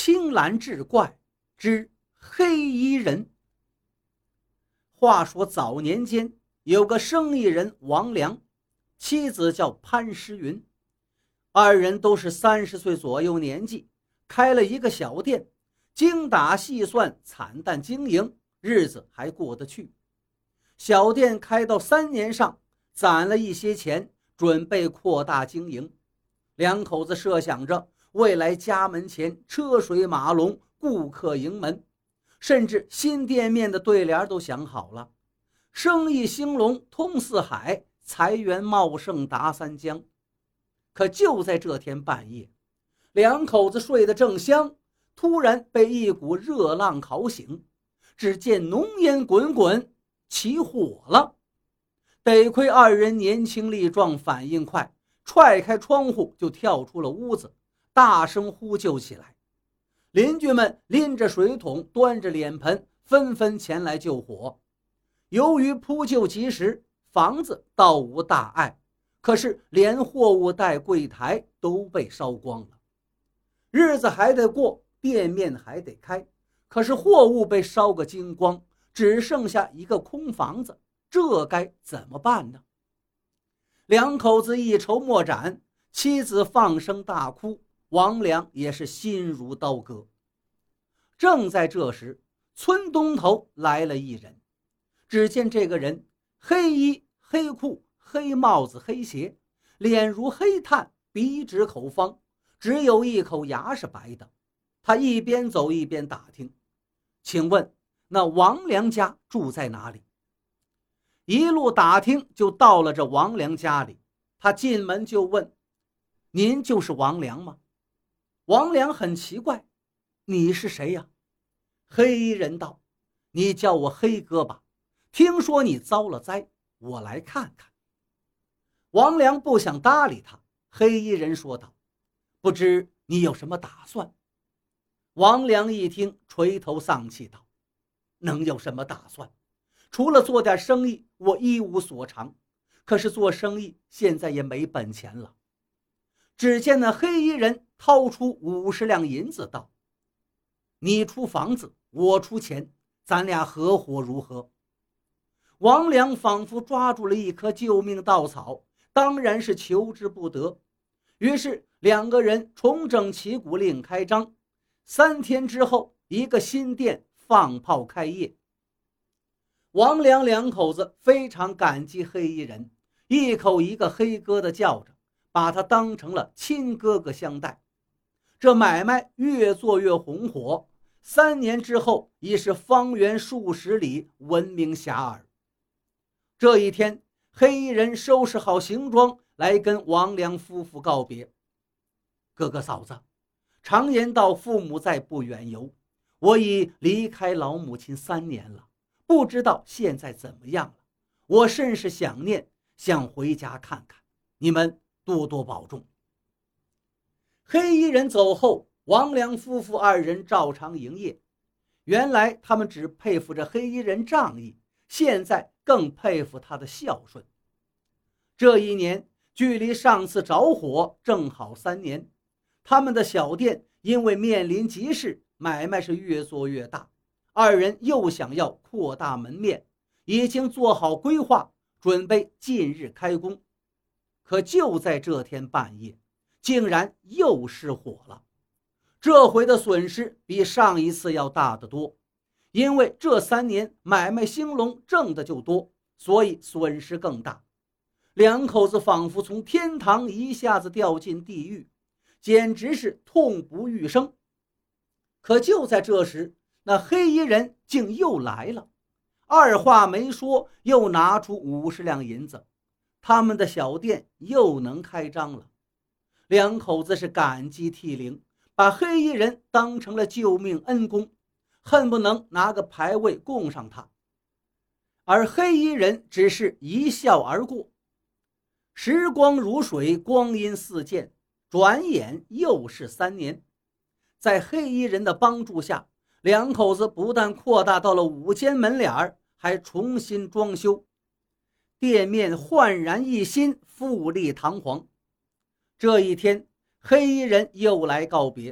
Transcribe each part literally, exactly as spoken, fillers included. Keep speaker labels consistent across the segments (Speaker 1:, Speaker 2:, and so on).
Speaker 1: 青蓝志怪之黑衣人。话说早年间，有个生意人王良，妻子叫潘诗云，二人都是三十岁左右年纪，开了一个小店，精打细算，惨淡经营，日子还过得去。小店开到三年上，攒了一些钱，准备扩大经营。两口子设想着未来家门前车水马龙，顾客盈门，甚至新店面的对联都想好了：生意兴隆通四海，财源茂盛达三江。可就在这天半夜，两口子睡得正香，突然被一股热浪烤醒，只见浓烟滚滚，起火了。得亏二人年轻力壮，反应快，踹开窗户就跳出了屋子，大声呼救起来。邻居们拎着水桶，端着脸盆，纷纷前来救火。由于扑救及时，房子倒无大碍，可是连货物带柜台都被烧光了。日子还得过，店面还得开，可是货物被烧个精光，只剩下一个空房子，这该怎么办呢？两口子一筹莫展，妻子放声大哭，王良也是心如刀割。正在这时，村东头来了一人。只见这个人黑衣黑裤黑帽子黑鞋，脸如黑炭，鼻直口方，只有一口牙是白的。他一边走一边打听：请问那王良家住在哪里？一路打听就到了这王良家里。他进门就问：您就是王良吗？王良很奇怪：你是谁呀？黑衣人道：你叫我黑哥吧，听说你遭了灾，我来看看。王良不想搭理他，黑衣人说道：不知你有什么打算？王良一听，垂头丧气道：能有什么打算？除了做点生意，我一无所长，可是做生意现在也没本钱了。只见那黑衣人掏出五十两银子道：你出房子，我出钱，咱俩合伙如何？王良仿佛抓住了一棵救命稻草，当然是求之不得。于是两个人重整旗鼓，另开张。三天之后，一个新店放炮开业。王良两口子非常感激黑衣人，一口一个黑哥的叫着，把他当成了亲哥哥相待。这买卖越做越红火，三年之后已是方圆数十里闻名遐迩。这一天，黑衣人收拾好行装来跟王良夫妇告别。哥哥嫂子，常言道父母在，不远游，我已离开老母亲三年了，不知道现在怎么样了，我甚是想念，想回家看看，你们多多保重。黑衣人走后，王良夫妇二人照常营业。原来他们只佩服着黑衣人仗义，现在更佩服他的孝顺。这一年距离上次着火正好三年，他们的小店因为面临急事，买卖是越做越大，二人又想要扩大门面，已经做好规划，准备近日开工。可就在这天半夜，竟然又失火了。这回的损失比上一次要大得多，因为这三年买卖兴隆，挣的就多，所以损失更大。两口子仿佛从天堂一下子掉进地狱，简直是痛不欲生。可就在这时，那黑衣人竟又来了，二话没说，又拿出五十两银子，他们的小店又能开张了。两口子是感激涕零，把黑衣人当成了救命恩公，恨不能拿个牌位供上他。而黑衣人只是一笑而过。时光如水，光阴似箭，转眼又是三年。在黑衣人的帮助下，两口子不但扩大到了五间门脸，还重新装修，店面焕然一新，富丽堂皇。这一天，黑衣人又来告别，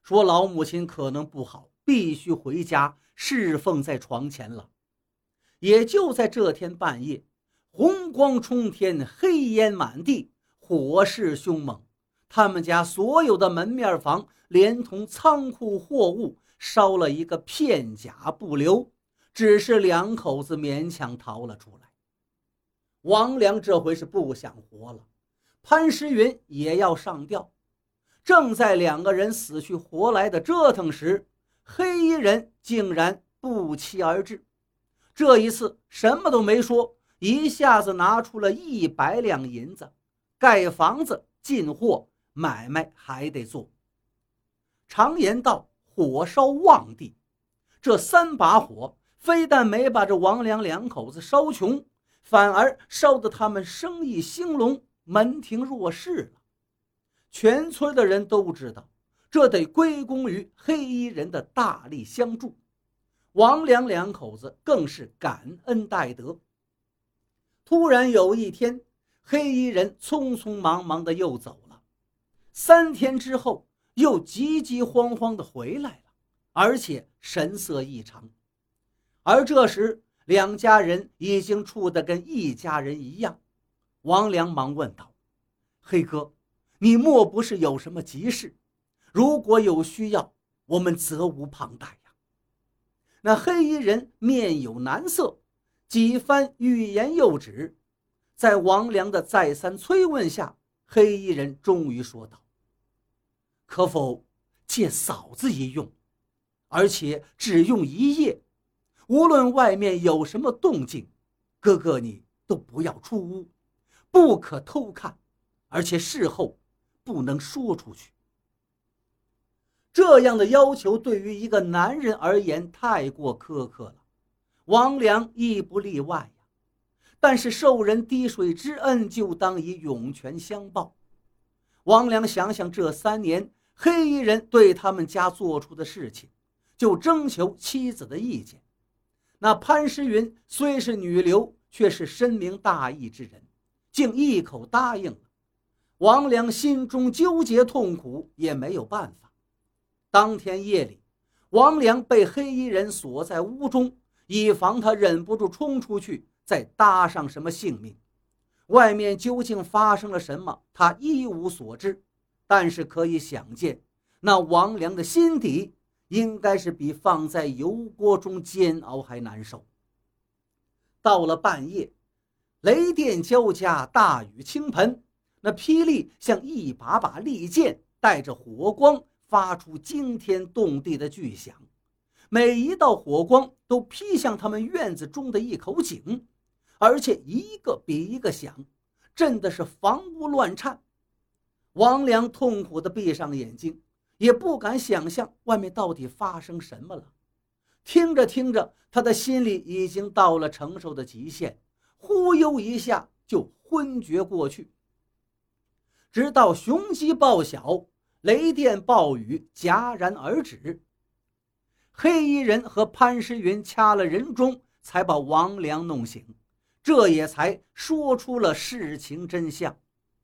Speaker 1: 说老母亲可能不好，必须回家侍奉在床前了。也就在这天半夜，红光冲天，黑烟满地，火势凶猛，他们家所有的门面房连同仓库货物烧了一个片甲不留，只是两口子勉强逃了出来。王良这回是不想活了，潘石云也要上吊。正在两个人死去活来的折腾时，黑衣人竟然不期而至。这一次什么都没说，一下子拿出了一百两银子，盖房子进货，买卖还得做。常言道，火烧旺地，这三把火非但没把这王良两口子烧穷，反而烧得他们生意兴隆，门庭若市了。全村的人都知道，这得归功于黑衣人的大力相助。王良两口子更是感恩戴德。突然有一天，黑衣人匆匆忙忙的又走了，三天之后又急急慌慌的回来了，而且神色异常。而这时两家人已经处得跟一家人一样。王良忙问道：黑哥，你莫不是有什么急事？如果有需要，我们责无旁贷呀。那黑衣人面有难色，几番欲言又止。在王良的再三催问下，黑衣人终于说道：可否借嫂子一用，而且只用一夜，无论外面有什么动静，哥哥你都不要出屋，不可偷看，而且事后不能说出去。这样的要求对于一个男人而言太过苛刻了，王良亦不例外呀。但是受人滴水之恩，就当以涌泉相报。王良想想这三年黑衣人对他们家做出的事情，就征求妻子的意见。那潘诗云虽是女流，却是深明大义之人，竟一口答应了。王良心中纠结痛苦，也没有办法。当天夜里，王良被黑衣人锁在屋中，以防他忍不住冲出去再搭上什么性命。外面究竟发生了什么，他一无所知，但是可以想见，那王良的心底应该是比放在油锅中煎熬还难受。到了半夜，雷电交加，大雨倾盆，那霹雳像一把把利剑，带着火光发出惊天动地的巨响，每一道火光都劈向他们院子中的一口井，而且一个比一个响，震的是房屋乱颤。王良痛苦地闭上眼睛，也不敢想象外面到底发生什么了。听着听着，他的心里已经到了承受的极限，忽悠一下就昏厥过去。直到雄鸡报晓，雷电暴雨戛然而止，黑衣人和潘诗云掐了人中，才把王良弄醒，这也才说出了事情真相。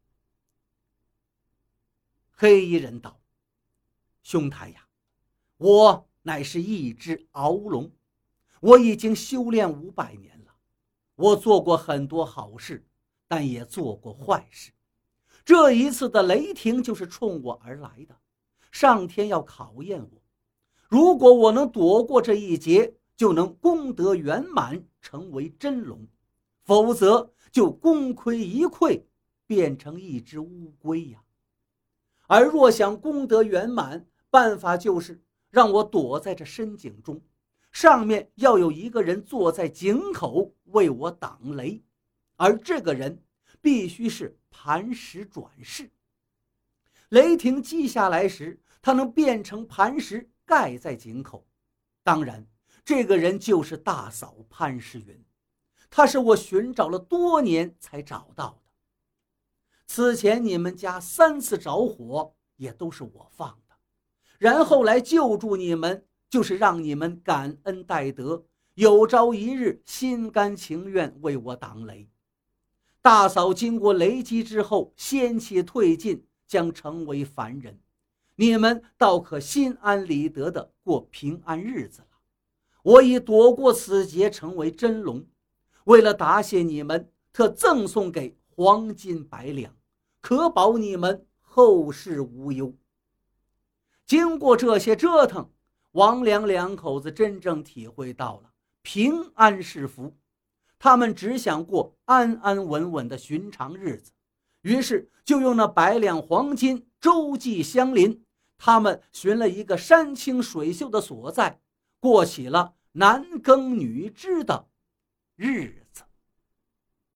Speaker 1: 黑衣人道：兄台呀，我乃是一只鳌龙，我已经修炼五百年了，我做过很多好事，但也做过坏事。这一次的雷霆就是冲我而来的，上天要考验我，如果我能躲过这一劫，就能功德圆满，成为真龙，否则就功亏一篑，变成一只乌龟呀。而若想功德圆满，办法就是让我躲在这深井中，上面要有一个人坐在井口为我挡雷，而这个人必须是磐石转世。雷霆击下来时，他能变成磐石盖在井口。当然，这个人就是大嫂潘诗云，她是我寻找了多年才找到的。此前你们家三次着火，也都是我放的，然后来救助你们，就是让你们感恩戴德，有朝一日心甘情愿为我挡雷。大嫂经过雷击之后，仙气退尽，将成为凡人。 你们倒可心安理得地过平安日子了。我已躲过此劫，成为真龙。为了答谢你们，特赠送给黄金百两，可保你们后事无忧。”经过这些折腾，王良两口子真正体会到了平安是福。他们只想过安安稳稳的寻常日子，于是就用那百两黄金周济相邻。他们寻了一个山清水秀的所在，过起了男耕女织的日子。